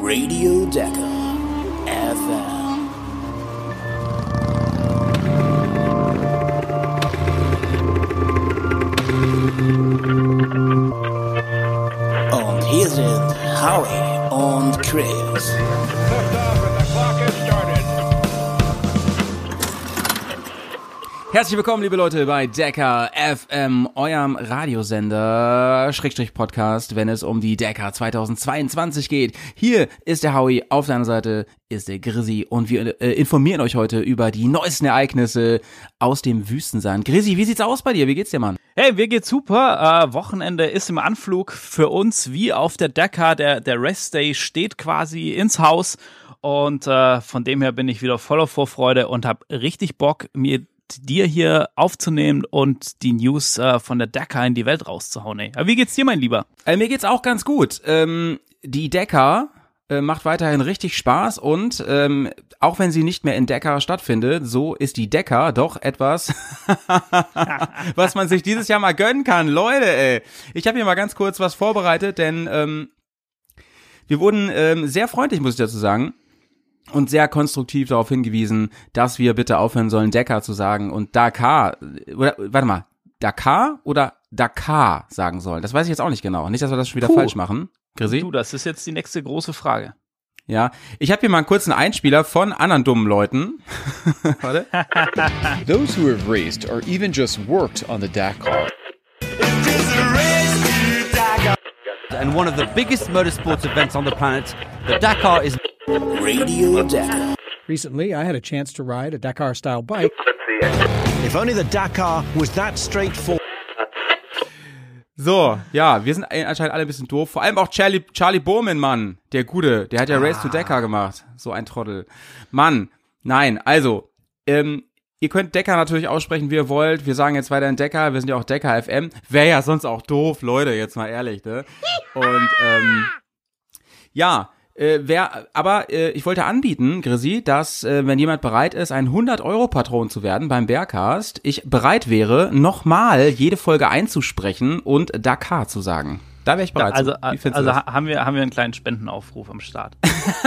Radio Dakar FM. Und hier sind Howie und Chris. Herzlich willkommen, liebe Leute, bei Dakar FM, eurem Radiosender, Schrägstrich-Podcast, wenn es um die Dakar 2022 geht. Hier ist der Howie, auf seiner Seite ist der Grizzy und wir informieren euch heute über die neuesten Ereignisse aus dem Wüstensand. Grizzy, wie sieht's aus bei dir? Wie geht's dir, Mann? Hey, mir geht's super. Wochenende ist im Anflug für uns wie auf der Dakar. Der Rest Day steht quasi ins Haus und von dem her bin ich wieder voller Vorfreude und habe richtig Bock, mir dir hier aufzunehmen und die News von der Dakar in die Welt rauszuhauen. Ey. Aber wie geht's dir, mein Lieber? Mir geht's auch ganz gut. Die Dakar macht weiterhin richtig Spaß und auch wenn sie nicht mehr in Dakar stattfindet, so ist die Dakar doch etwas, was man sich dieses Jahr mal gönnen kann. Leute, ey. Ich habe hier mal ganz kurz was vorbereitet, denn wir wurden sehr freundlich, muss ich dazu sagen, und sehr konstruktiv darauf hingewiesen, dass wir bitte aufhören sollen, Dakar zu sagen und Dakar, oder, warte mal, Dakar oder Dakar sagen sollen. Das weiß ich jetzt auch nicht genau. Nicht, dass wir das schon wieder falsch machen. Grizzy? Du, das ist jetzt die nächste große Frage. Ja, ich habe hier mal einen kurzen Einspieler von anderen dummen Leuten. Warte. Those who have raced or even just worked on the Dakar. And one of the biggest motorsports events on the planet, the Dakar is Radio Dakar. Recently, I had a chance to ride a Dakar-style bike. If only the Dakar was that straightforward. So, ja, wir sind anscheinend alle ein bisschen doof. Vor allem auch Charlie Bowman, Mann. Der Gute, der hat ja Race to Dakar gemacht. So ein Trottel. Mann, nein, also, ihr könnt Dakar natürlich aussprechen, wie ihr wollt. Wir sagen jetzt weiterhin Dakar, wir sind ja auch Dakar FM. Wäre ja sonst auch doof, Leute, jetzt mal ehrlich, ne? Und, ja, ich wollte anbieten, Grizzy, dass, wenn jemand bereit ist, ein 100-Euro-Patron zu werden beim Bearcast, ich bereit wäre, nochmal jede Folge einzusprechen und Dakar zu sagen. Da wäre ich bereit. Also haben wir einen kleinen Spendenaufruf am Start.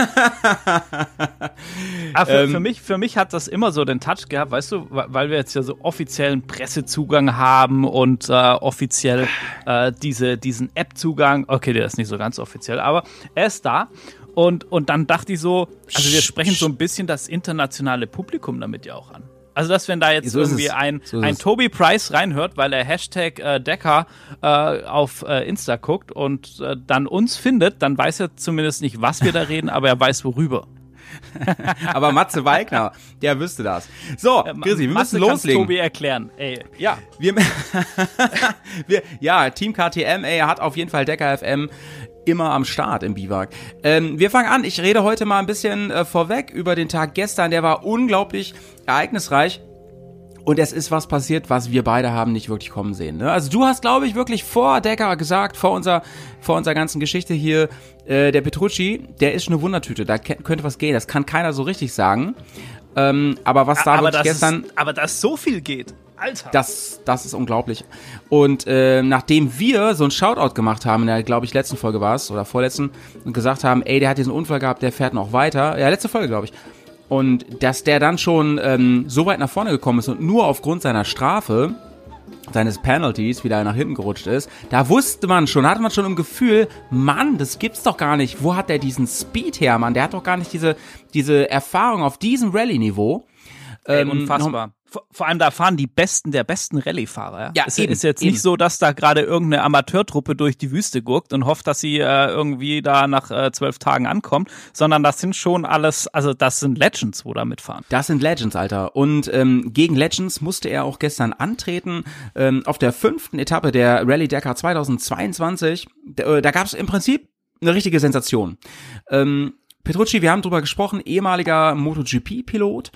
Aber für mich hat das immer so den Touch gehabt, weißt du, weil wir jetzt ja so offiziellen Pressezugang haben und offiziell diesen App-Zugang. Okay, der ist nicht so ganz offiziell, aber er ist da. Und dann dachte ich so, also wir sprechen so ein bisschen das internationale Publikum damit ja auch an. Also, dass wenn da jetzt so irgendwie ein Toby Price reinhört, weil er Hashtag Dakar auf Insta guckt und dann uns findet, dann weiß er zumindest nicht, was wir da reden, aber er weiß, worüber. Aber Matze Weigner, der wüsste das. So, Grizzy, wir müssen loslegen. Tobi erklären. Ey, ja. Team KTM, hat auf jeden Fall Dakar FM immer am Start im Biwak. Wir fangen an. Ich rede heute mal ein bisschen vorweg über den Tag gestern. Der war unglaublich ereignisreich. Und es ist was passiert, was wir beide haben nicht wirklich kommen sehen. Ne? Also du hast, glaube ich, wirklich vor Dakar gesagt, vor unserer ganzen Geschichte hier, der Petrucci, der ist schon eine Wundertüte. Da könnte was gehen. Das kann keiner so richtig sagen. Aber was da wirklich gestern... Aber dass so viel geht. Alter. Das ist unglaublich. Und nachdem wir so ein Shoutout gemacht haben, in der, glaube ich, letzten Folge war es, oder vorletzten, und gesagt haben, ey, der hat diesen Unfall gehabt, der fährt noch weiter. Ja, letzte Folge, glaube ich. Und dass der dann schon so weit nach vorne gekommen ist und nur aufgrund seiner Strafe, seines Penalties, wieder nach hinten gerutscht ist, da hatte man schon im Gefühl, Mann, das gibt's doch gar nicht. Wo hat der diesen Speed her, Mann? Der hat doch gar nicht diese Erfahrung auf diesem Rallye-Niveau. Unfassbar. Vor allem, da fahren die Besten der besten Rallye-Fahrer. Ja, es ist jetzt nicht so, dass da gerade irgendeine Amateurtruppe durch die Wüste guckt und hofft, dass sie irgendwie da nach 12 Tagen ankommt, sondern das sind schon alles, also das sind Legends, wo da mitfahren. Das sind Legends, Alter. Und gegen Legends musste er auch gestern antreten. Auf der 5. Etappe der Rallye Dakar 2022, da gab es im Prinzip eine richtige Sensation. Petrucci, wir haben drüber gesprochen, ehemaliger MotoGP-Pilot,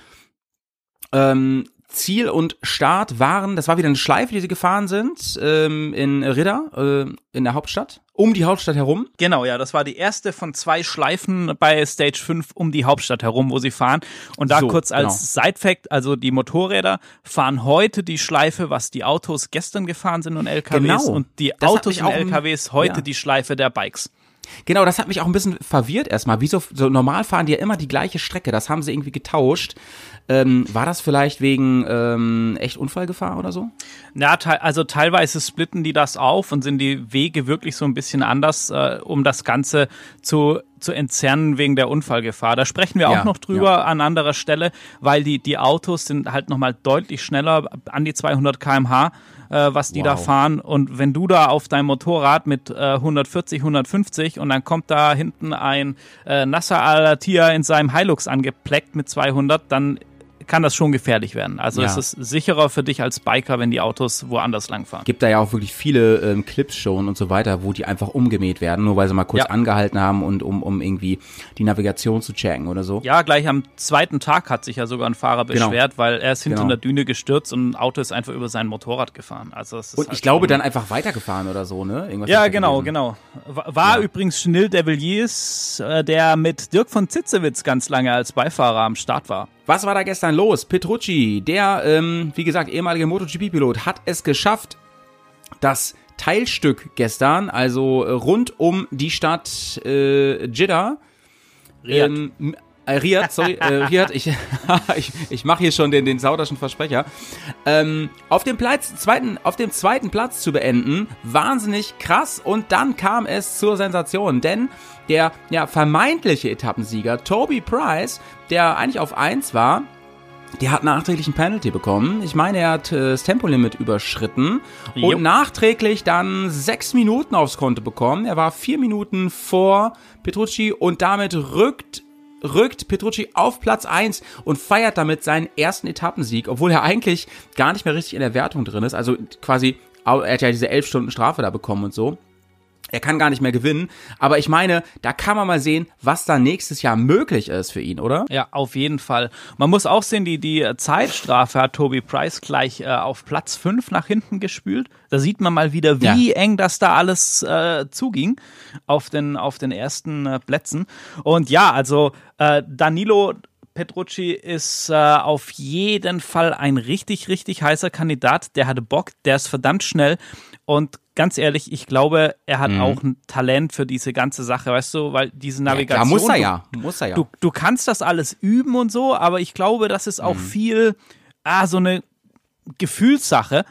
Ziel und Start das war wieder eine Schleife, die sie gefahren sind, in Ridda, in der Hauptstadt, um die Hauptstadt herum. Genau, ja, das war die erste von 2 Schleifen bei Stage 5 um die Hauptstadt herum, wo sie fahren. Und da kurz als Side-Fact, also die Motorräder fahren heute die Schleife, was die Autos gestern gefahren sind und LKWs, und die Autos und LKWs heute die Schleife der Bikes. Genau, das hat mich auch ein bisschen verwirrt erstmal. Wieso, so normal fahren die ja immer die gleiche Strecke, das haben sie irgendwie getauscht. War das vielleicht wegen echt Unfallgefahr oder so? Ja, also teilweise splitten die das auf und sind die Wege wirklich so ein bisschen anders, um das Ganze zu entzerren wegen der Unfallgefahr. Da sprechen wir auch noch drüber an anderer Stelle, weil die Autos sind halt nochmal deutlich schneller, an die 200 km/h, was die da fahren. Und wenn du da auf deinem Motorrad mit 140, 150 und dann kommt da hinten ein Nasser Al-Attiyah in seinem Hilux angepleckt mit 200, dann kann das schon gefährlich werden. Also es ist sicherer für dich als Biker, wenn die Autos woanders langfahren. Gibt da ja auch wirklich viele Clips schon und so weiter, wo die einfach umgemäht werden, nur weil sie mal kurz angehalten haben und um irgendwie die Navigation zu checken oder so. Ja, gleich am zweiten Tag hat sich ja sogar ein Fahrer beschwert, weil er ist hinter einer Düne gestürzt und ein Auto ist einfach über sein Motorrad gefahren. Also es ist und halt ich glaube dann einfach weitergefahren oder so, ne? Irgendwas ja, genau. War übrigens Schnil de Villiers, der mit Dirk von Zitzewitz ganz lange als Beifahrer am Start war. Was war da gestern los? Petrucci, der, wie gesagt, ehemalige MotoGP-Pilot, hat es geschafft, das Teilstück gestern, also rund um die Stadt Jeddah, Riyadh, ich mache hier schon den sauderschen Versprecher, auf dem zweiten Platz zu beenden, wahnsinnig krass, und dann kam es zur Sensation, denn der vermeintliche Etappensieger Toby Price, der eigentlich auf 1 war, der hat nachträglich ein Penalty bekommen. Ich meine, er hat das Tempolimit überschritten und nachträglich dann 6 Minuten aufs Konto bekommen. Er war 4 Minuten vor Petrucci und damit rückt Petrucci auf Platz 1 und feiert damit seinen ersten Etappensieg, obwohl er eigentlich gar nicht mehr richtig in der Wertung drin ist. Also quasi, er hat ja diese 11 Stunden Strafe da bekommen und so. Er kann gar nicht mehr gewinnen, aber ich meine, da kann man mal sehen, was da nächstes Jahr möglich ist für ihn, oder? Ja, auf jeden Fall. Man muss auch sehen, die Zeitstrafe hat Toby Price gleich auf Platz 5 nach hinten gespült. Da sieht man mal wieder, wie eng das da alles zuging auf den ersten Plätzen. Und ja, also Danilo Petrucci ist auf jeden Fall ein richtig, richtig heißer Kandidat. Der hatte Bock, der ist verdammt schnell und ganz ehrlich, ich glaube, er hat auch ein Talent für diese ganze Sache, weißt du, weil diese Navigation... Ja, muss er ja. Du kannst das alles üben und so, aber ich glaube, das ist auch viel so eine Gefühlssache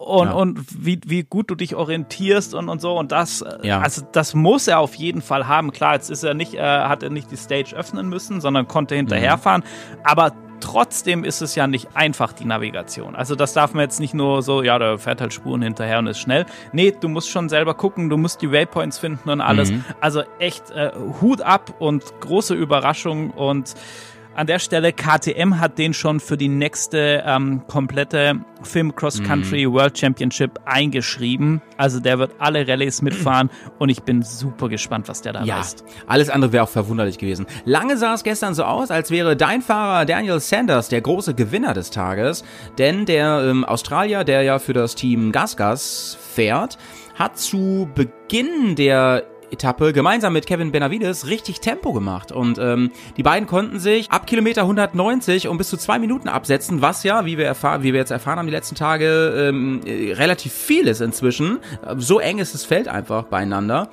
und wie gut du dich orientierst und so, und das, also das muss er auf jeden Fall haben. Klar, jetzt ist hat er nicht die Stage öffnen müssen, sondern konnte hinterherfahren, aber trotzdem ist es ja nicht einfach, die Navigation. Also das darf man jetzt nicht nur so, der fährt halt Spuren hinterher und ist schnell. Nee, du musst schon selber gucken, du musst die Waypoints finden und alles. Also echt Hut ab und große Überraschung, und an der Stelle, KTM hat den schon für die nächste komplette FIM Cross Country World Championship eingeschrieben. Also der wird alle Rallyes mitfahren und ich bin super gespannt, was der da leistet. Alles andere wäre auch verwunderlich gewesen. Lange sah es gestern so aus, als wäre dein Fahrer Daniel Sanders der große Gewinner des Tages, denn der Australier, der ja für das Team GasGas fährt, hat zu Beginn der Etappe gemeinsam mit Kevin Benavides richtig Tempo gemacht, und die beiden konnten sich ab Kilometer 190 um bis zu 2 Minuten absetzen, was ja, wie wir jetzt erfahren haben die letzten Tage, relativ viel ist inzwischen. So eng ist das Feld einfach beieinander,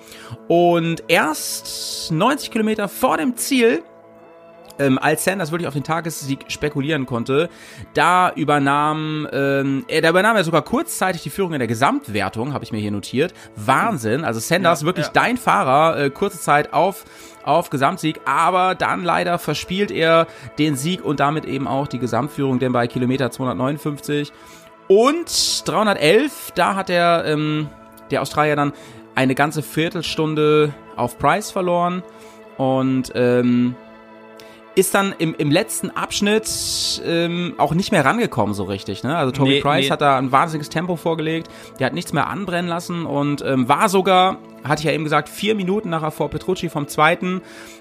und erst 90 Kilometer vor dem Ziel, als Sanders wirklich auf den Tagessieg spekulieren konnte, da übernahm er sogar kurzzeitig die Führung in der Gesamtwertung, habe ich mir hier notiert. Wahnsinn, also Sanders, wirklich dein Fahrer, kurze Zeit auf Gesamtsieg, aber dann leider verspielt er den Sieg und damit eben auch die Gesamtführung, denn bei Kilometer 259 und 311, da hat der Australier dann eine ganze Viertelstunde auf Price verloren und ist dann im letzten Abschnitt auch nicht mehr rangekommen so richtig, ne? Also Toby Price hat da ein wahnsinniges Tempo vorgelegt, der hat nichts mehr anbrennen lassen und war sogar, hatte ich ja eben gesagt, 4 Minuten nachher vor Petrucci vom Zweiten.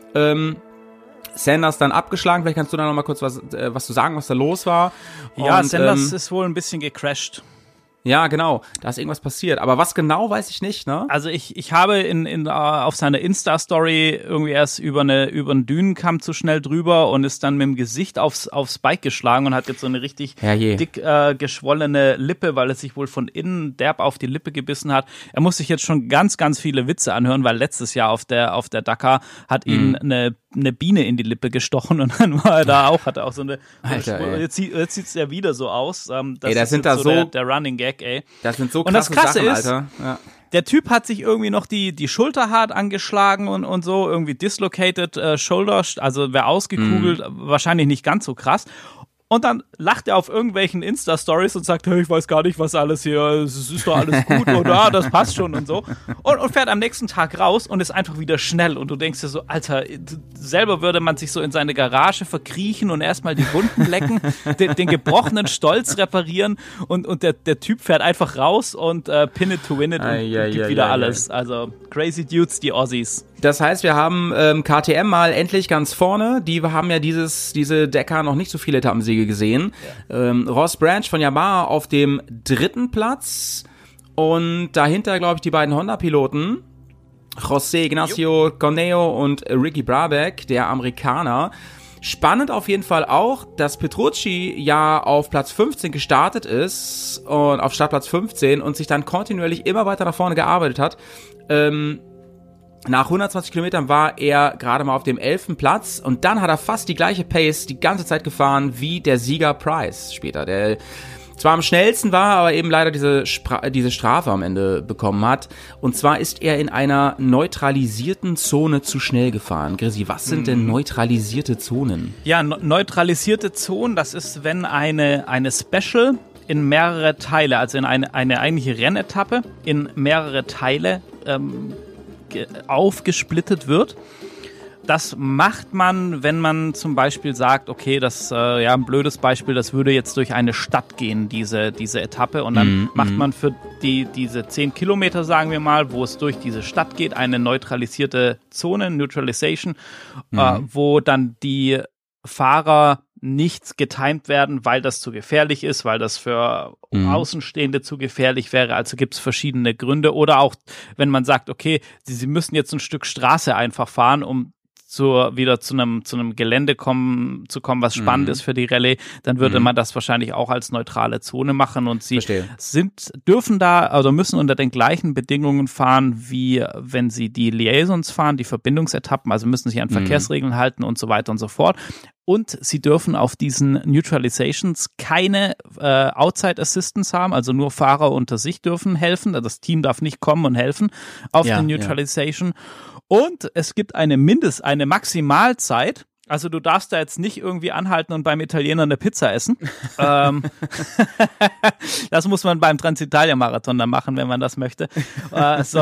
Sanders dann abgeschlagen, vielleicht kannst du da noch mal kurz was zu sagen, was da los war. Ja, und, Sanders ist wohl ein bisschen gecrashed. Ja, genau. Da ist irgendwas passiert. Aber was genau, weiß ich nicht, ne? Also ich habe auf seiner Insta-Story irgendwie erst über einen Dünenkamm zu schnell drüber und ist dann mit dem Gesicht aufs Bike geschlagen und hat jetzt so eine richtig dick geschwollene Lippe, weil er sich wohl von innen derb auf die Lippe gebissen hat. Er muss sich jetzt schon ganz, ganz viele Witze anhören, weil letztes Jahr auf der Dakar hat ihn eine Biene in die Lippe gestochen und dann war er da auch, hatte auch so eine, Alter, jetzt sieht's ja wieder so aus. Das sind da so der Running Gag, ey. Das sind so und das krasse Krasse Sachen, ist, Alter. Ja. der Typ hat sich irgendwie noch die Schulter hart angeschlagen und so, irgendwie dislocated shoulder, also wäre ausgekugelt, wahrscheinlich nicht ganz so krass. Und dann lacht er auf irgendwelchen Insta-Stories und sagt, hey, ich weiß gar nicht, was alles hier, es ist doch alles gut oder das passt schon und so. Und fährt am nächsten Tag raus und ist einfach wieder schnell. Und du denkst dir so, Alter, selber würde man sich so in seine Garage verkriechen und erstmal die Wunden lecken, den gebrochenen Stolz reparieren und der Typ fährt einfach raus und pin it to win it und gibt wieder alles. Also crazy Dudes, die Aussies. Das heißt, wir haben KTM mal endlich ganz vorne. Die haben ja diese Dakar noch nicht so viele Etappensiege gesehen. Ja. Ross Branch von Yamaha auf dem 3. Platz. Und dahinter, glaube ich, die beiden Honda-Piloten. José Ignacio Cornejo und Ricky Brabec, der Amerikaner. Spannend auf jeden Fall auch, dass Petrucci ja auf Platz 15 gestartet ist und auf Startplatz 15 und sich dann kontinuierlich immer weiter nach vorne gearbeitet hat. Nach 120 Kilometern war er gerade mal auf dem 11. Platz und dann hat er fast die gleiche Pace die ganze Zeit gefahren wie der Sieger Price später, der zwar am schnellsten war, aber eben leider diese Strafe am Ende bekommen hat. Und zwar ist er in einer neutralisierten Zone zu schnell gefahren. Grisi, was sind denn neutralisierte Zonen? Ja, neutralisierte Zonen, das ist, wenn eine Special in mehrere Teile, also in eine eigentliche Rennetappe in mehrere Teile aufgesplittet wird. Das macht man, wenn man zum Beispiel sagt, okay, das ein blödes Beispiel, das würde jetzt durch eine Stadt gehen, diese Etappe, und dann macht man für diese 10 Kilometer, sagen wir mal, wo es durch diese Stadt geht, eine neutralisierte Zone, Neutralization, wo dann die Fahrer nicht getimed werden, weil das zu gefährlich ist, weil das für Außenstehende zu gefährlich wäre. Also gibt es verschiedene Gründe. Oder auch, wenn man sagt, okay, sie müssen jetzt ein Stück Straße einfach fahren, um wieder zu einem Gelände zu kommen, was spannend ist für die Rallye, dann würde man das wahrscheinlich auch als neutrale Zone machen und sie müssen unter den gleichen Bedingungen fahren, wie wenn sie die Liaisons fahren, die Verbindungsetappen, also müssen sich an Verkehrsregeln halten und so weiter und so fort. Und sie dürfen auf diesen Neutralizations keine Outside Assistance haben, also nur Fahrer unter sich dürfen helfen. Das Team darf nicht kommen und helfen auf den Neutralization. Ja. Und es gibt eine Maximalzeit. Also du darfst da jetzt nicht irgendwie anhalten und beim Italiener eine Pizza essen. Das muss man beim Transitalia-Marathon dann machen, wenn man das möchte. Du hast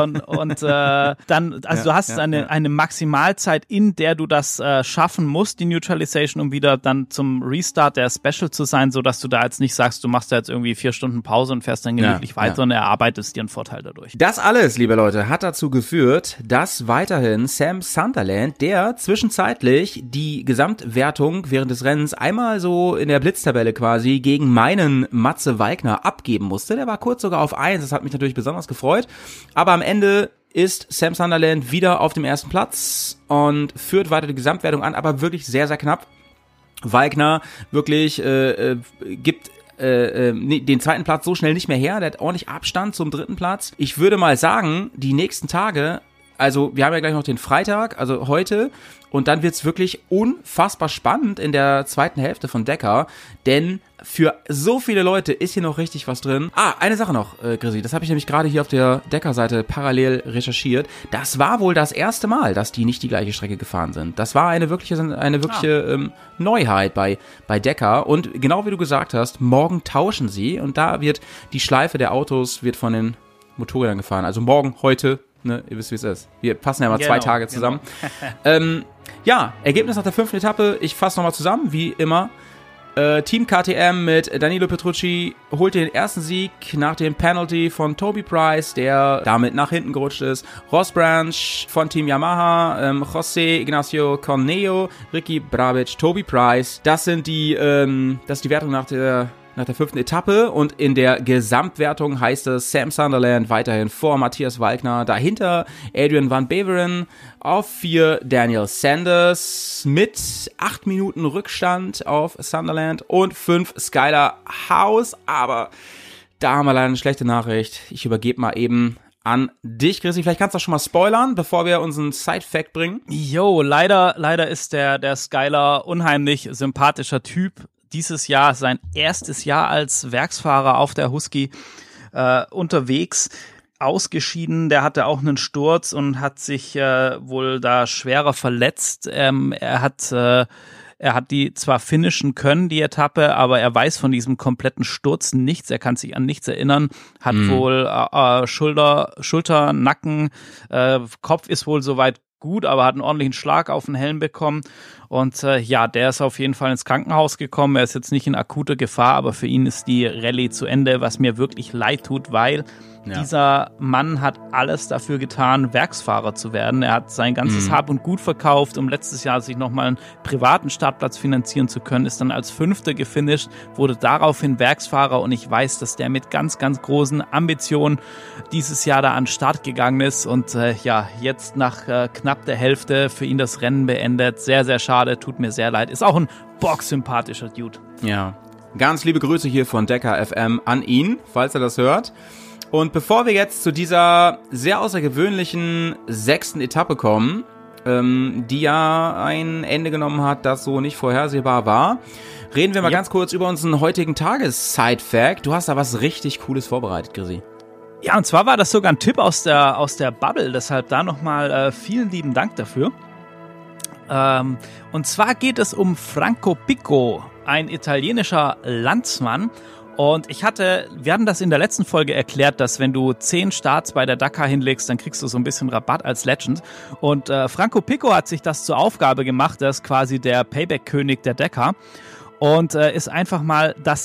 eine Maximalzeit, in der du das schaffen musst, die Neutralization, um wieder dann zum Restart der Special zu sein, sodass du da jetzt nicht sagst, du machst da jetzt irgendwie 4 Stunden Pause und fährst dann gemütlich weiter und erarbeitest dir einen Vorteil dadurch. Das alles, liebe Leute, hat dazu geführt, dass weiterhin Sam Sunderland, der zwischenzeitlich die Gesamtwertung während des Rennens einmal so in der Blitztabelle quasi gegen meinen Matze Walkner abgeben musste. Der war kurz sogar auf 1, das hat mich natürlich besonders gefreut. Aber am Ende ist Sam Sunderland wieder auf dem 1. Platz und führt weiter die Gesamtwertung an, aber wirklich sehr, sehr knapp. Walkner wirklich gibt den 2. Platz so schnell nicht mehr her, der hat ordentlich Abstand zum 3. Platz. Ich würde mal sagen, die nächsten Tage, also wir haben ja gleich noch den Freitag, also heute, und dann wird's wirklich unfassbar spannend in der zweiten Hälfte von Dakar, denn für so viele Leute ist hier noch richtig was drin. Eine Sache noch, Grisi, das habe ich nämlich gerade hier auf der Dakar-Seite parallel recherchiert. Das war wohl das erste Mal, dass die nicht die gleiche Strecke gefahren sind. Das war eine wirkliche Neuheit bei Dakar, und genau wie du gesagt hast, morgen tauschen sie und da wird die Schleife der Autos wird von den Motorrädern gefahren. Also morgen, heute, ne, ihr wisst, wie es ist. Wir passen ja mal 2 Tage zusammen. Ergebnis nach der 5. Etappe. Ich fasse nochmal zusammen, wie immer. Team KTM mit Danilo Petrucci holt den ersten Sieg nach dem Penalty von Toby Price, der damit nach hinten gerutscht ist. Ross Branch von Team Yamaha, José Ignacio Cornejo, Ricky Brabec, Toby Price. Das ist die Wertung nach der nach der 5. Etappe und in der Gesamtwertung heißt es Sam Sunderland weiterhin vor Matthias Walkner, dahinter Adrian Van Beveren, auf 4 Daniel Sanders mit 8 Minuten Rückstand auf Sunderland und 5 Skylar House, aber da haben wir leider eine schlechte Nachricht. Ich übergebe mal eben an dich, Chrissy. Vielleicht kannst du das schon mal spoilern, bevor wir unseren Side-Fact bringen. Jo, leider ist der Skylar unheimlich sympathischer Typ. Dieses Jahr sein erstes Jahr als Werksfahrer auf der Husky unterwegs, ausgeschieden. Der hatte auch einen Sturz und hat sich wohl da schwerer verletzt. Er hat die zwar finishen können, die Etappe, aber er weiß von diesem kompletten Sturz nichts. Er kann sich an nichts erinnern. Hat wohl Schulter, Nacken, Kopf ist wohl soweit gut, aber hat einen ordentlichen Schlag auf den Helm bekommen. Und der ist auf jeden Fall ins Krankenhaus gekommen. Er ist jetzt nicht in akuter Gefahr, aber für ihn ist die Rallye zu Ende, was mir wirklich leid tut, weil dieser Mann hat alles dafür getan, Werksfahrer zu werden. Er hat sein ganzes Hab und Gut verkauft, um letztes Jahr sich nochmal einen privaten Startplatz finanzieren zu können, ist dann als 5. gefinisht, wurde daraufhin Werksfahrer und ich weiß, dass der mit ganz, ganz großen Ambitionen dieses Jahr da an den Start gegangen ist und jetzt nach knapp der Hälfte für ihn das Rennen beendet. Sehr, sehr schade, tut mir sehr leid. Ist auch ein bocksympathischer Dude. Ja, ganz liebe Grüße hier von Decker FM an ihn, falls er das hört. Und bevor wir jetzt zu dieser sehr außergewöhnlichen 6. Etappe kommen, die ja ein Ende genommen hat, das so nicht vorhersehbar war, reden wir mal ganz kurz über unseren heutigen Tages-Side-Fact. Du hast da was richtig Cooles vorbereitet, Chrissy. Ja, und zwar war das sogar ein Tipp aus der Bubble, deshalb da nochmal vielen lieben Dank dafür. Und zwar geht es um Franco Picco, ein italienischer Landsmann. Und wir hatten das in der letzten Folge erklärt, dass wenn du 10 Starts bei der Dakar hinlegst, dann kriegst du so ein bisschen Rabatt als Legend. Und Franco Picco hat sich das zur Aufgabe gemacht, er ist quasi der Payback-König der Dakar. Und ist einfach mal das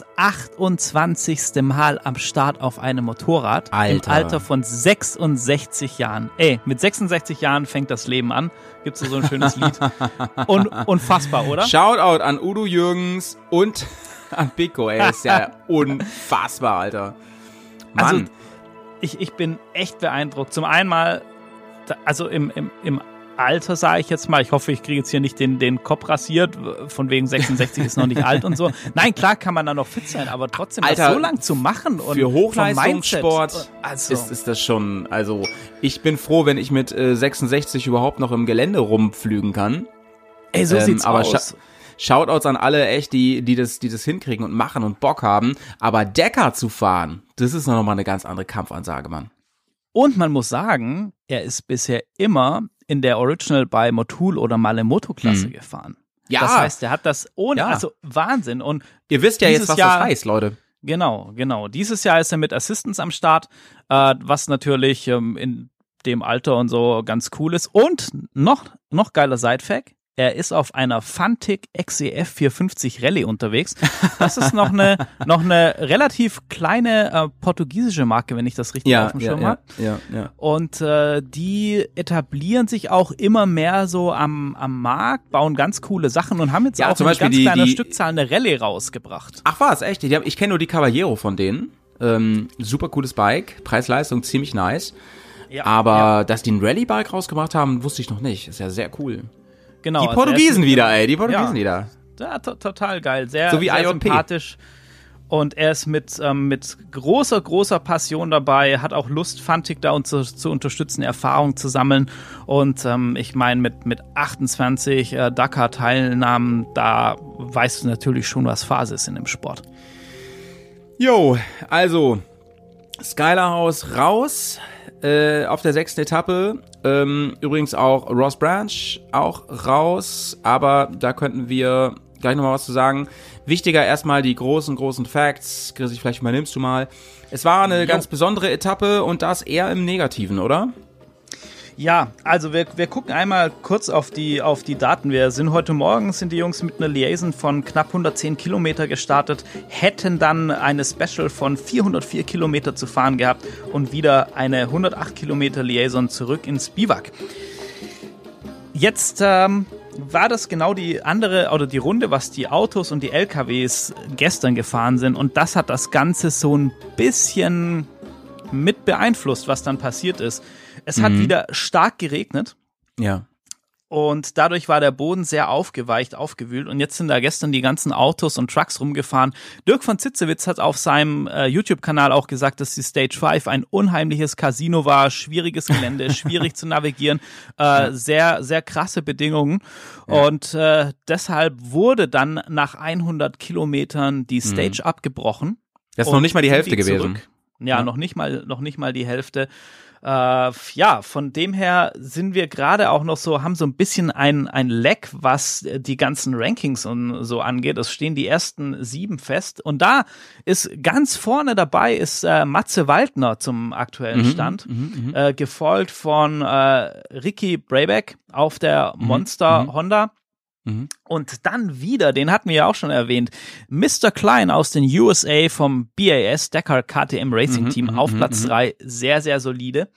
28. Mal am Start auf einem Motorrad. Alter. Im Alter von 66 Jahren. Mit 66 Jahren fängt das Leben an. Gibt's so ein schönes Lied. Unfassbar, oder? Shoutout an Udo Jürgens und an Picco, ey, ist ja unfassbar, Alter. Mann. Also, ich bin echt beeindruckt. Zum einen mal, also im Alter, sage ich jetzt mal, ich hoffe, ich kriege jetzt hier nicht den Kopf rasiert, von wegen 66 ist noch nicht alt und so. Nein, klar kann man da noch fit sein, aber trotzdem Alter, das so lang zu machen und für Hochleistungssport also, ist das schon, also ich bin froh, wenn ich mit 66 überhaupt noch im Gelände rumflügen kann. Ey, so sieht's aus. Shoutouts an alle, echt, die das hinkriegen und machen und Bock haben. Aber Dakar zu fahren, das ist noch mal eine ganz andere Kampfansage, Mann. Und man muss sagen, er ist bisher immer in der Original bei Motul oder Malemoto-Klasse gefahren. Ja. Das heißt, er hat das also Wahnsinn. Und ihr wisst ja jetzt, was das heißt, Leute. Genau. Dieses Jahr ist er mit Assistance am Start, was natürlich in dem Alter und so ganz cool ist. Und noch geiler Sidefact. Er ist auf einer Fantic XEF 450 Rallye unterwegs. Das ist noch eine relativ kleine portugiesische Marke, wenn ich das richtig auf dem Schirm habe. Ja. Und die etablieren sich auch immer mehr so am Markt, bauen ganz coole Sachen und haben jetzt auch zum eine Beispiel ganz kleine Stückzahl eine Rallye rausgebracht. Ach was, echt? Ich kenne nur die Caballero von denen. Super cooles Bike, Preis-Leistung ziemlich nice. Ja, aber dass die ein Rallye-Bike rausgebracht haben, wusste ich noch nicht. Ist ja sehr cool. Genau, die Portugiesen wieder, ey. Die Portugiesen wieder. Ja, total geil. Sehr, so wie sehr IJP. Sympathisch. Und er ist mit großer Passion dabei, hat auch Lust, Fantic da uns zu unterstützen, Erfahrung zu sammeln. Und ich meine, mit 28 Dakar-Teilnahmen, da weißt du natürlich schon, was Phase ist in dem Sport. Jo, also Skylar House raus auf der 6. Etappe. Übrigens auch Ross Branch auch raus, aber da könnten wir gleich nochmal was zu sagen. Wichtiger erstmal die großen Facts. Chris, vielleicht übernimmst du mal. Es war eine ganz besondere Etappe und das eher im Negativen, oder? Ja, also wir gucken einmal kurz auf die Daten. Heute Morgen sind die Jungs mit einer Liaison von knapp 110 Kilometer gestartet, hätten dann eine Special von 404 Kilometer zu fahren gehabt und wieder eine 108 Kilometer Liaison zurück ins Biwak. Jetzt war das genau die andere oder die Runde, was die Autos und die LKWs gestern gefahren sind. Und das hat das Ganze so ein bisschen mit beeinflusst, was dann passiert ist. Es hat wieder stark geregnet. Ja. Und dadurch war der Boden sehr aufgeweicht, aufgewühlt. Und jetzt sind da gestern die ganzen Autos und Trucks rumgefahren. Dirk von Zitzewitz hat auf seinem YouTube-Kanal auch gesagt, dass die Stage 5 ein unheimliches Casino war, schwieriges Gelände, schwierig zu navigieren, sehr, sehr krasse Bedingungen. Ja. Und deshalb wurde dann nach 100 Kilometern die Stage abgebrochen. Das ist noch nicht mal die Hälfte gewesen. Ja, noch nicht mal die Hälfte. Von dem her sind wir gerade auch noch so, haben so ein bisschen ein Lag, was die ganzen Rankings und so angeht. Es stehen die ersten 7 fest. Und da ist ganz vorne dabei ist Matze Waldner zum aktuellen Stand, gefolgt von Ricky Brabeck auf der Monster Honda. Und dann wieder, den hatten wir ja auch schon erwähnt, Mr. Klein aus den USA vom BAS Dakar KTM Racing Team auf Platz 3, sehr, sehr solide.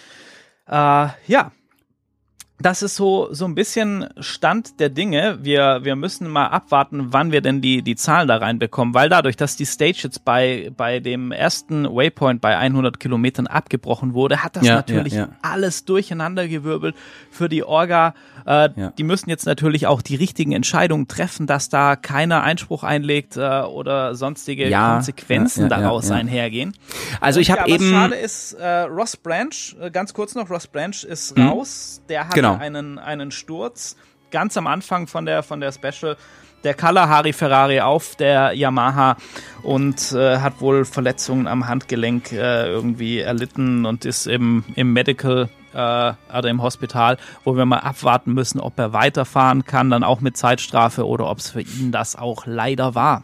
Das ist so ein bisschen Stand der Dinge. Wir müssen mal abwarten, wann wir denn die Zahlen da reinbekommen, weil dadurch, dass die Stage jetzt bei dem ersten Waypoint bei 100 Kilometern abgebrochen wurde, hat das natürlich alles durcheinandergewirbelt für die Orga. Die müssen jetzt natürlich auch die richtigen Entscheidungen treffen, dass da keiner Einspruch einlegt oder sonstige Konsequenzen daraus einhergehen. Also ich habe eben... Was schade ist, Ross Branch, ganz kurz noch, Ross Branch ist raus. Der hat einen Sturz ganz am Anfang von der Special, der Kalahari Ferrari auf der Yamaha und hat wohl Verletzungen am Handgelenk irgendwie erlitten und ist im Medical oder im Hospital, wo wir mal abwarten müssen, ob er weiterfahren kann, dann auch mit Zeitstrafe oder ob es für ihn das auch leider war.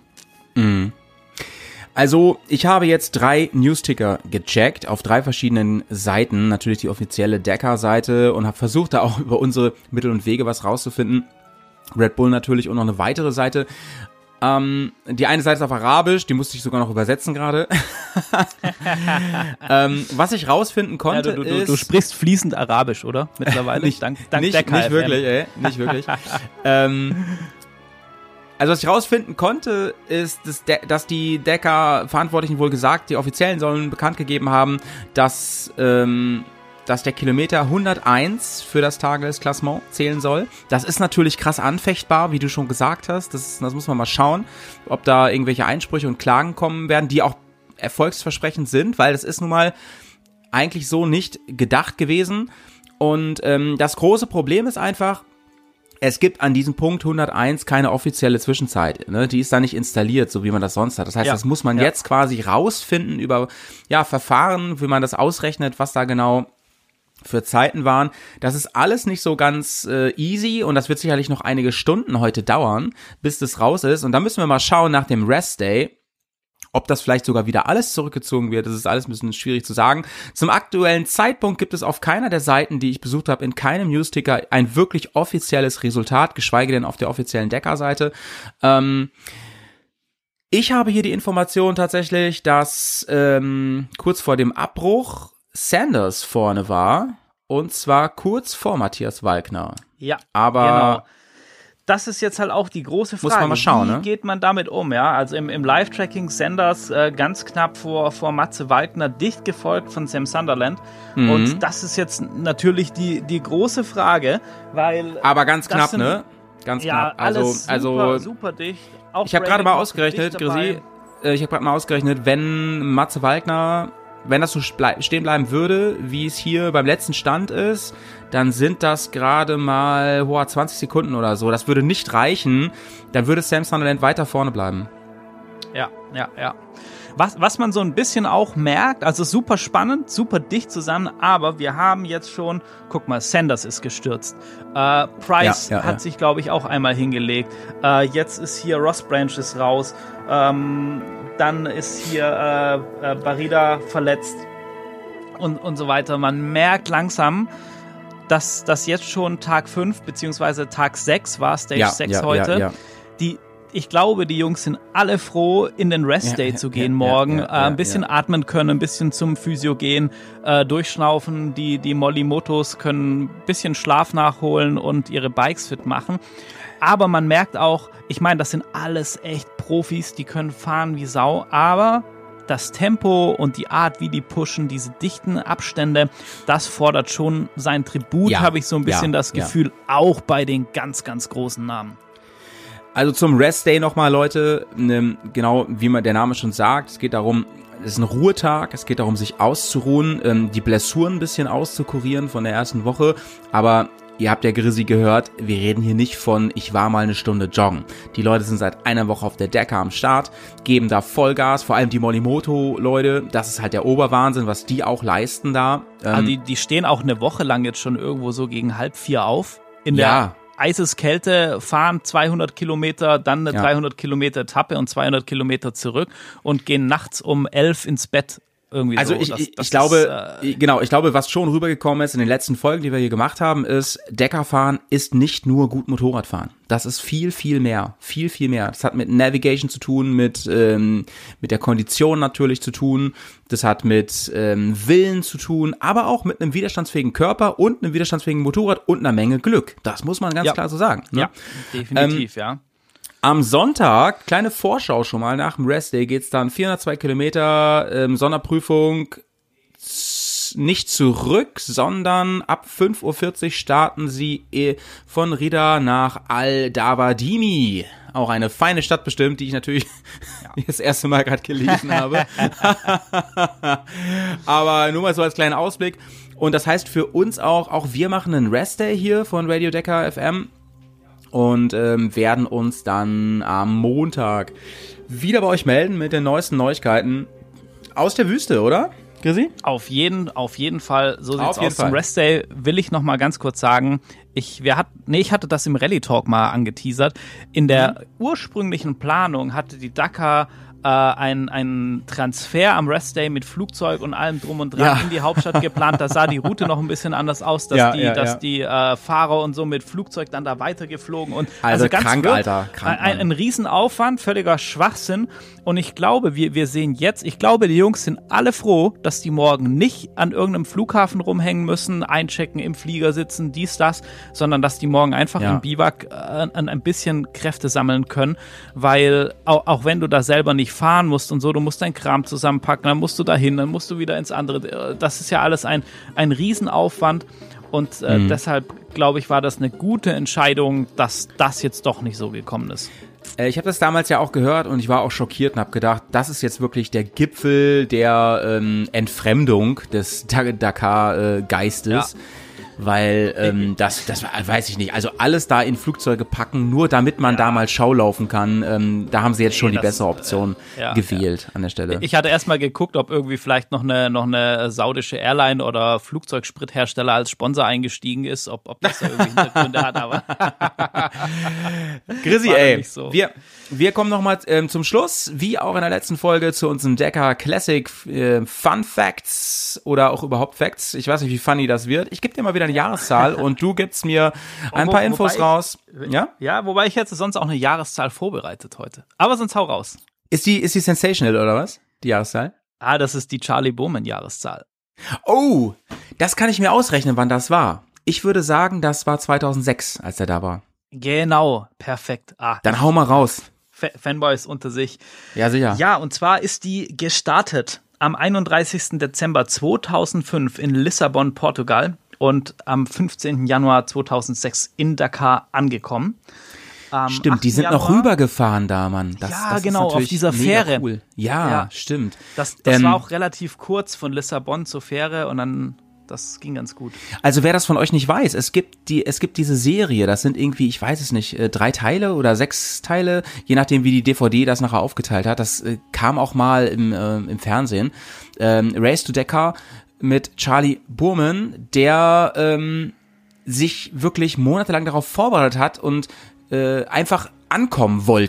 Also, ich habe jetzt 3 Newsticker gecheckt auf 3 verschiedenen Seiten, natürlich die offizielle Dakar-Seite, und habe versucht, da auch über unsere Mittel und Wege was rauszufinden. Red Bull natürlich und noch eine weitere Seite. Die eine Seite ist auf Arabisch, die musste ich sogar noch übersetzen gerade. Was ich rausfinden konnte, ist... Du sprichst fließend Arabisch, oder? Mittlerweile? Nicht wirklich, nicht wirklich. Also was ich rausfinden konnte, ist, dass die Dakar-Verantwortlichen wohl gesagt, die Offiziellen sollen bekannt gegeben haben, dass der Kilometer 101 für das Tagesklassement zählen soll. Das ist natürlich krass anfechtbar, wie du schon gesagt hast. Das muss man mal schauen, ob da irgendwelche Einsprüche und Klagen kommen werden, die auch erfolgsversprechend sind, weil das ist nun mal eigentlich so nicht gedacht gewesen. Und das große Problem ist einfach, es gibt an diesem Punkt 101 keine offizielle Zwischenzeit, ne? Die ist da nicht installiert, so wie man das sonst hat. Das heißt, das muss man jetzt quasi rausfinden über Verfahren, wie man das ausrechnet, was da genau für Zeiten waren. Das ist alles nicht so ganz easy und das wird sicherlich noch einige Stunden heute dauern, bis das raus ist. Und da müssen wir mal schauen nach dem Rest Day, ob das vielleicht sogar wieder alles zurückgezogen wird. Das ist alles ein bisschen schwierig zu sagen. Zum aktuellen Zeitpunkt gibt es auf keiner der Seiten, die ich besucht habe, in keinem Newsticker ein wirklich offizielles Resultat, geschweige denn auf der offiziellen Dakar-Seite. Ich habe hier die Information tatsächlich, dass kurz vor dem Abbruch Sanders vorne war, und zwar kurz vor Matthias Walkner. Ja, aber genau. Das ist jetzt halt auch die große Frage. Muss man mal schauen, Wie geht man damit um? Ja, also im Live-Tracking Sanders ganz knapp vor Matze Walkner, dicht gefolgt von Sam Sunderland. Und das ist jetzt natürlich die große Frage, weil... Aber ganz knapp, ne? Ganz knapp. Also super dicht. Auch ich habe gerade mal ausgerechnet, Grisi, wenn Matze Walkner... Wenn das so stehen bleiben würde, wie es hier beim letzten Stand ist, dann sind das gerade mal 20 Sekunden oder so. Das würde nicht reichen. Dann würde Sam Sunderland weiter vorne bleiben. Ja. Was man so ein bisschen auch merkt, also super spannend, super dicht zusammen, aber wir haben jetzt schon, guck mal, Sanders ist gestürzt. Price hat sich, glaube ich, auch einmal hingelegt. Jetzt ist hier Ross Branch ist raus. Dann ist hier Barrida verletzt und so weiter. Man merkt langsam, dass das jetzt schon Tag 5 beziehungsweise Tag 6 war, Stage 6 heute. ich glaube, die Jungs sind alle froh, in den Rest-Day zu gehen morgen. Ein bisschen atmen können, ein bisschen zum Physio gehen, durchschnaufen. Die Molly-Motos können ein bisschen Schlaf nachholen und ihre Bikes fit machen. Aber man merkt auch, ich meine, das sind alles echt Profis, die können fahren wie Sau, aber das Tempo und die Art, wie die pushen, diese dichten Abstände, das fordert schon sein Tribut, habe ich so ein bisschen das Gefühl, auch bei den ganz, ganz großen Namen. Also zum Rest Day nochmal, Leute, genau wie der Name schon sagt, es geht darum, es ist ein Ruhetag, es geht darum, sich auszuruhen, die Blessuren ein bisschen auszukurieren von der ersten Woche, aber ihr habt ja Grizzly gehört, wir reden hier nicht von, ich war mal eine Stunde joggen. Die Leute sind seit einer Woche auf der Dakar am Start, geben da Vollgas, vor allem die Molly-Moto-Leute, das ist halt der Oberwahnsinn, was die auch leisten da. Also die stehen auch eine Woche lang jetzt schon irgendwo so gegen 3:30 auf, in der Eiseskälte, fahren 200 Kilometer, dann eine 300 Kilometer Etappe und 200 Kilometer zurück und gehen nachts um 11 ins Bett. Irgendwie also so. Ich glaube, was schon rübergekommen ist in den letzten Folgen, die wir hier gemacht haben, ist, Dakar-Fahren ist nicht nur gut Motorradfahren. Das ist viel, viel mehr. Viel, viel mehr. Das hat mit Navigation zu tun, mit der Kondition natürlich zu tun. Das hat mit Willen zu tun, aber auch mit einem widerstandsfähigen Körper und einem widerstandsfähigen Motorrad und einer Menge Glück. Das muss man ganz klar so sagen. Ne? Ja, definitiv, Am Sonntag, kleine Vorschau schon mal, nach dem Rest-Day geht's dann 402 Kilometer, Sonderprüfung, nicht zurück, sondern ab 5:40 Uhr starten sie von Rida nach Al-Dawardimi. Auch eine feine Stadt bestimmt, die ich natürlich das erste Mal gerade gelesen habe. Aber nur mal so als kleinen Ausblick. Und das heißt für uns auch wir machen einen Rest-Day hier von Radio Dakar FM. Und werden uns dann am Montag wieder bei euch melden mit den neuesten Neuigkeiten aus der Wüste, oder, Grisi? Auf jeden Fall, so sieht's aus. Zum Rest Day will ich noch mal ganz kurz sagen, ich hatte das im Rallye Talk mal angeteasert. In der ursprünglichen Planung hatte die Dakar ein Transfer am Rest Day mit Flugzeug und allem drum und dran in die Hauptstadt geplant. Da sah die Route noch ein bisschen anders aus, dass die Fahrer und so mit Flugzeug dann da weitergeflogen und also ganz krank, Alter. Krank, ein Riesenaufwand, völliger Schwachsinn. Und ich glaube, wir sehen jetzt, die Jungs sind alle froh, dass die morgen nicht an irgendeinem Flughafen rumhängen müssen, einchecken, im Flieger sitzen, dies, das, sondern dass die morgen einfach im Biwak ein bisschen Kräfte sammeln können, weil auch wenn du da selber nicht fahren musst und so, du musst deinen Kram zusammenpacken, dann musst du dahin, dann musst du wieder ins andere. Das ist ja alles ein Riesenaufwand und deshalb, glaube ich, war das eine gute Entscheidung, dass das jetzt doch nicht so gekommen ist. Ich habe das damals ja auch gehört und ich war auch schockiert und habe gedacht, das ist jetzt wirklich der Gipfel der Entfremdung des Dakar-Geistes. Weil das weiß ich nicht, also alles da in Flugzeuge packen, nur damit man da mal Schau laufen kann, da haben sie jetzt schon die bessere Option gewählt an der Stelle. Ich hatte erstmal geguckt, ob irgendwie vielleicht noch eine saudische Airline oder Flugzeugsprithersteller als Sponsor eingestiegen ist, ob das da irgendwie Hintergründe hat, aber Grisi, ey, so. Wir kommen nochmal zum Schluss, wie auch in der letzten Folge, zu unserem Dakar Classic Fun Facts oder auch überhaupt Facts. Ich weiß nicht, wie funny das wird. Ich gebe dir mal wieder eine Jahreszahl und du gibst mir ein paar Infos raus. Ja, wobei ich hätte sonst auch eine Jahreszahl vorbereitet heute. Aber sonst hau raus. Ist die sensational oder was? Die Jahreszahl? Das ist die Charlie Bowman Jahreszahl. Oh, das kann ich mir ausrechnen, wann das war. Ich würde sagen, das war 2006, als er da war. Genau, perfekt. Dann hau mal raus. Fanboys unter sich. Ja, sicher. Ja, und zwar ist die gestartet am 31. Dezember 2005 in Lissabon, Portugal und am 15. Januar 2006 in Dakar angekommen. Stimmt, die sind noch rübergefahren da, Mann. Das genau, auf dieser Fähre. Cool. Ja, stimmt. Das war auch relativ kurz von Lissabon zur Fähre und dann, das ging ganz gut. Also wer das von euch nicht weiß, es gibt diese Serie, das sind irgendwie, ich weiß es nicht, 3 Teile oder 6 Teile, je nachdem wie die DVD das nachher aufgeteilt hat. Das kam auch mal im Fernsehen. Race to Dakar mit Charlie Bowman, der sich wirklich monatelang darauf vorbereitet hat und einfach ankommen wollte.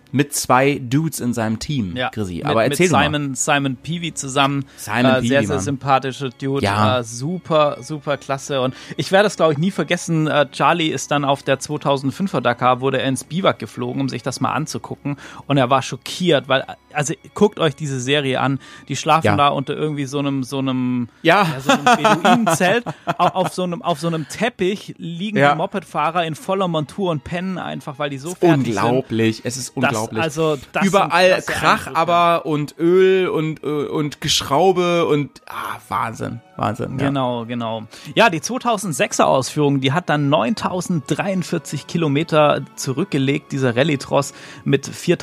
mit 2 Dudes in seinem Team, Grisi. Aber erzähl mit Simon Peavy zusammen. Simon Peavy, sehr, sehr sympathischer Dude. Ja. Super, super klasse. Und ich werde das, glaube ich, nie vergessen. Charlie ist dann auf der 2005er Dakar, wurde er ins Biwak geflogen, um sich das mal anzugucken. Und er war schockiert, weil, also guckt euch diese Serie an. Die schlafen da unter irgendwie so einem Beduinenzelt. auf so einem Teppich liegen die Mopedfahrer in voller Montur und pennen einfach, weil die so fertig sind. Unglaublich, es ist unglaublich. Das überall Krach aber und Öl und Geschraube und Wahnsinn. Ja. Genau. Ja, die 2006er Ausführung, die hat dann 9.043 Kilometer zurückgelegt, dieser Rallye-Tross mit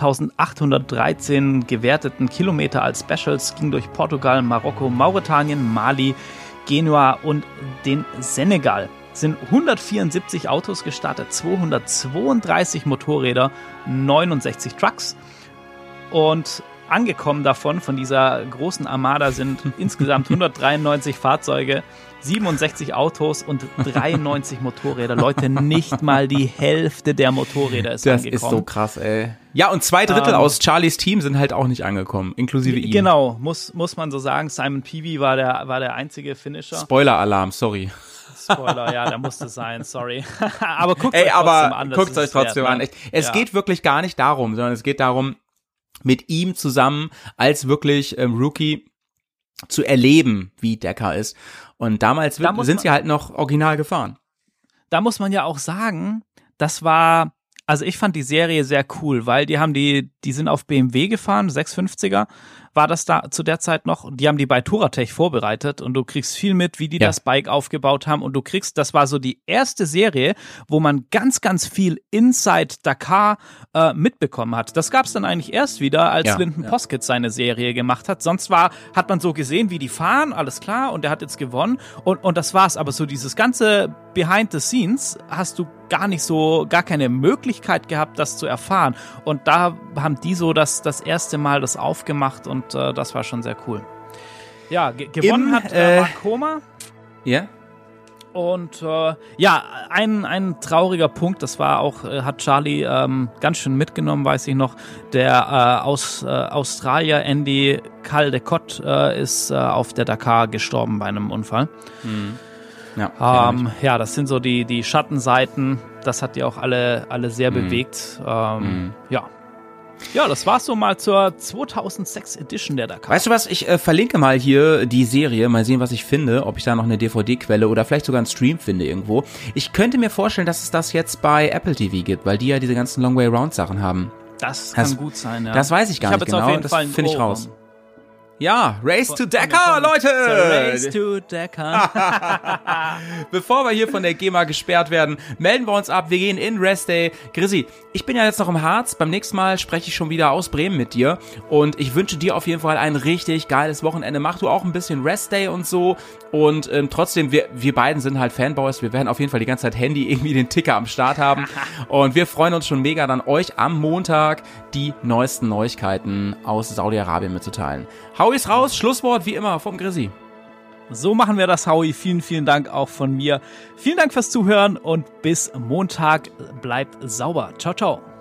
4.813 gewerteten Kilometer als Specials, ging durch Portugal, Marokko, Mauretanien, Mali, Genua und den Senegal. Sind 174 Autos gestartet, 232 Motorräder, 69 Trucks und angekommen davon, von dieser großen Armada sind insgesamt 193 Fahrzeuge, 67 Autos und 93 Motorräder. Leute, nicht mal die Hälfte der Motorräder ist angekommen. Das ist so krass, ey. Ja, und 2/3 aus Charlies Team sind halt auch nicht angekommen, inklusive ihm. Genau, muss man so sagen. Simon Peavy war der einzige Finisher. Spoiler-Alarm, sorry. Spoiler, ja, der musste sein, sorry. Aber guckt euch trotzdem an. Es geht wirklich gar nicht darum, sondern es geht darum, mit ihm zusammen als wirklich Rookie zu erleben, wie Dakar ist. Und damals sind sie halt noch original gefahren. Da muss man ja auch sagen, also ich fand die Serie sehr cool, weil die sind auf BMW gefahren, 650er, war das da zu der Zeit noch. Die haben die bei Touratech vorbereitet und du kriegst viel mit, wie die das Bike aufgebaut haben und das war so die erste Serie, wo man ganz, ganz viel Inside Dakar mitbekommen hat. Das gab es dann eigentlich erst wieder, als Lyndon Poskett seine Serie gemacht hat. Sonst hat man so gesehen, wie die fahren, alles klar, und der hat jetzt gewonnen und das war's. Aber so dieses ganze Behind the Scenes hast du gar keine Möglichkeit gehabt, das zu erfahren. Und da haben die so das erste Mal das aufgemacht und das war schon sehr cool. Ja, gewonnen hat Mark Homer. Ja. Und ein trauriger Punkt, das war auch, hat Charlie ganz schön mitgenommen, weiß ich noch. Der Australier Andy Caldecott ist auf der Dakar gestorben bei einem Unfall. Mhm. Ja, das sind so die Schattenseiten. Das hat die auch alle sehr bewegt. Ja, das war's so mal zur 2006 Edition der Dakar. Weißt du was, ich verlinke mal hier die Serie, mal sehen, was ich finde, ob ich da noch eine DVD-Quelle oder vielleicht sogar einen Stream finde irgendwo. Ich könnte mir vorstellen, dass es das jetzt bei Apple TV gibt, weil die ja diese ganzen Long Way Round Sachen haben. Das kann gut sein, ja. Das weiß ich gar nicht genau, das finde ich raus. Ja, Race to Dakar, Leute! Race to Dakar. Bevor wir hier von der GEMA gesperrt werden, melden wir uns ab. Wir gehen in Restday. Grisi, ich bin ja jetzt noch im Harz. Beim nächsten Mal spreche ich schon wieder aus Bremen mit dir. Und ich wünsche dir auf jeden Fall ein richtig geiles Wochenende. Mach du auch ein bisschen Restday und so. Und trotzdem, wir beiden sind halt Fanboys. Wir werden auf jeden Fall die ganze Zeit Handy irgendwie den Ticker am Start haben. Und wir freuen uns schon mega, dann euch am Montag die neuesten Neuigkeiten aus Saudi-Arabien mitzuteilen. Howie ist raus, Schlusswort wie immer vom Grisi. So machen wir das, Howie. Vielen, vielen Dank auch von mir. Vielen Dank fürs Zuhören und bis Montag. Bleibt sauber. Ciao, ciao.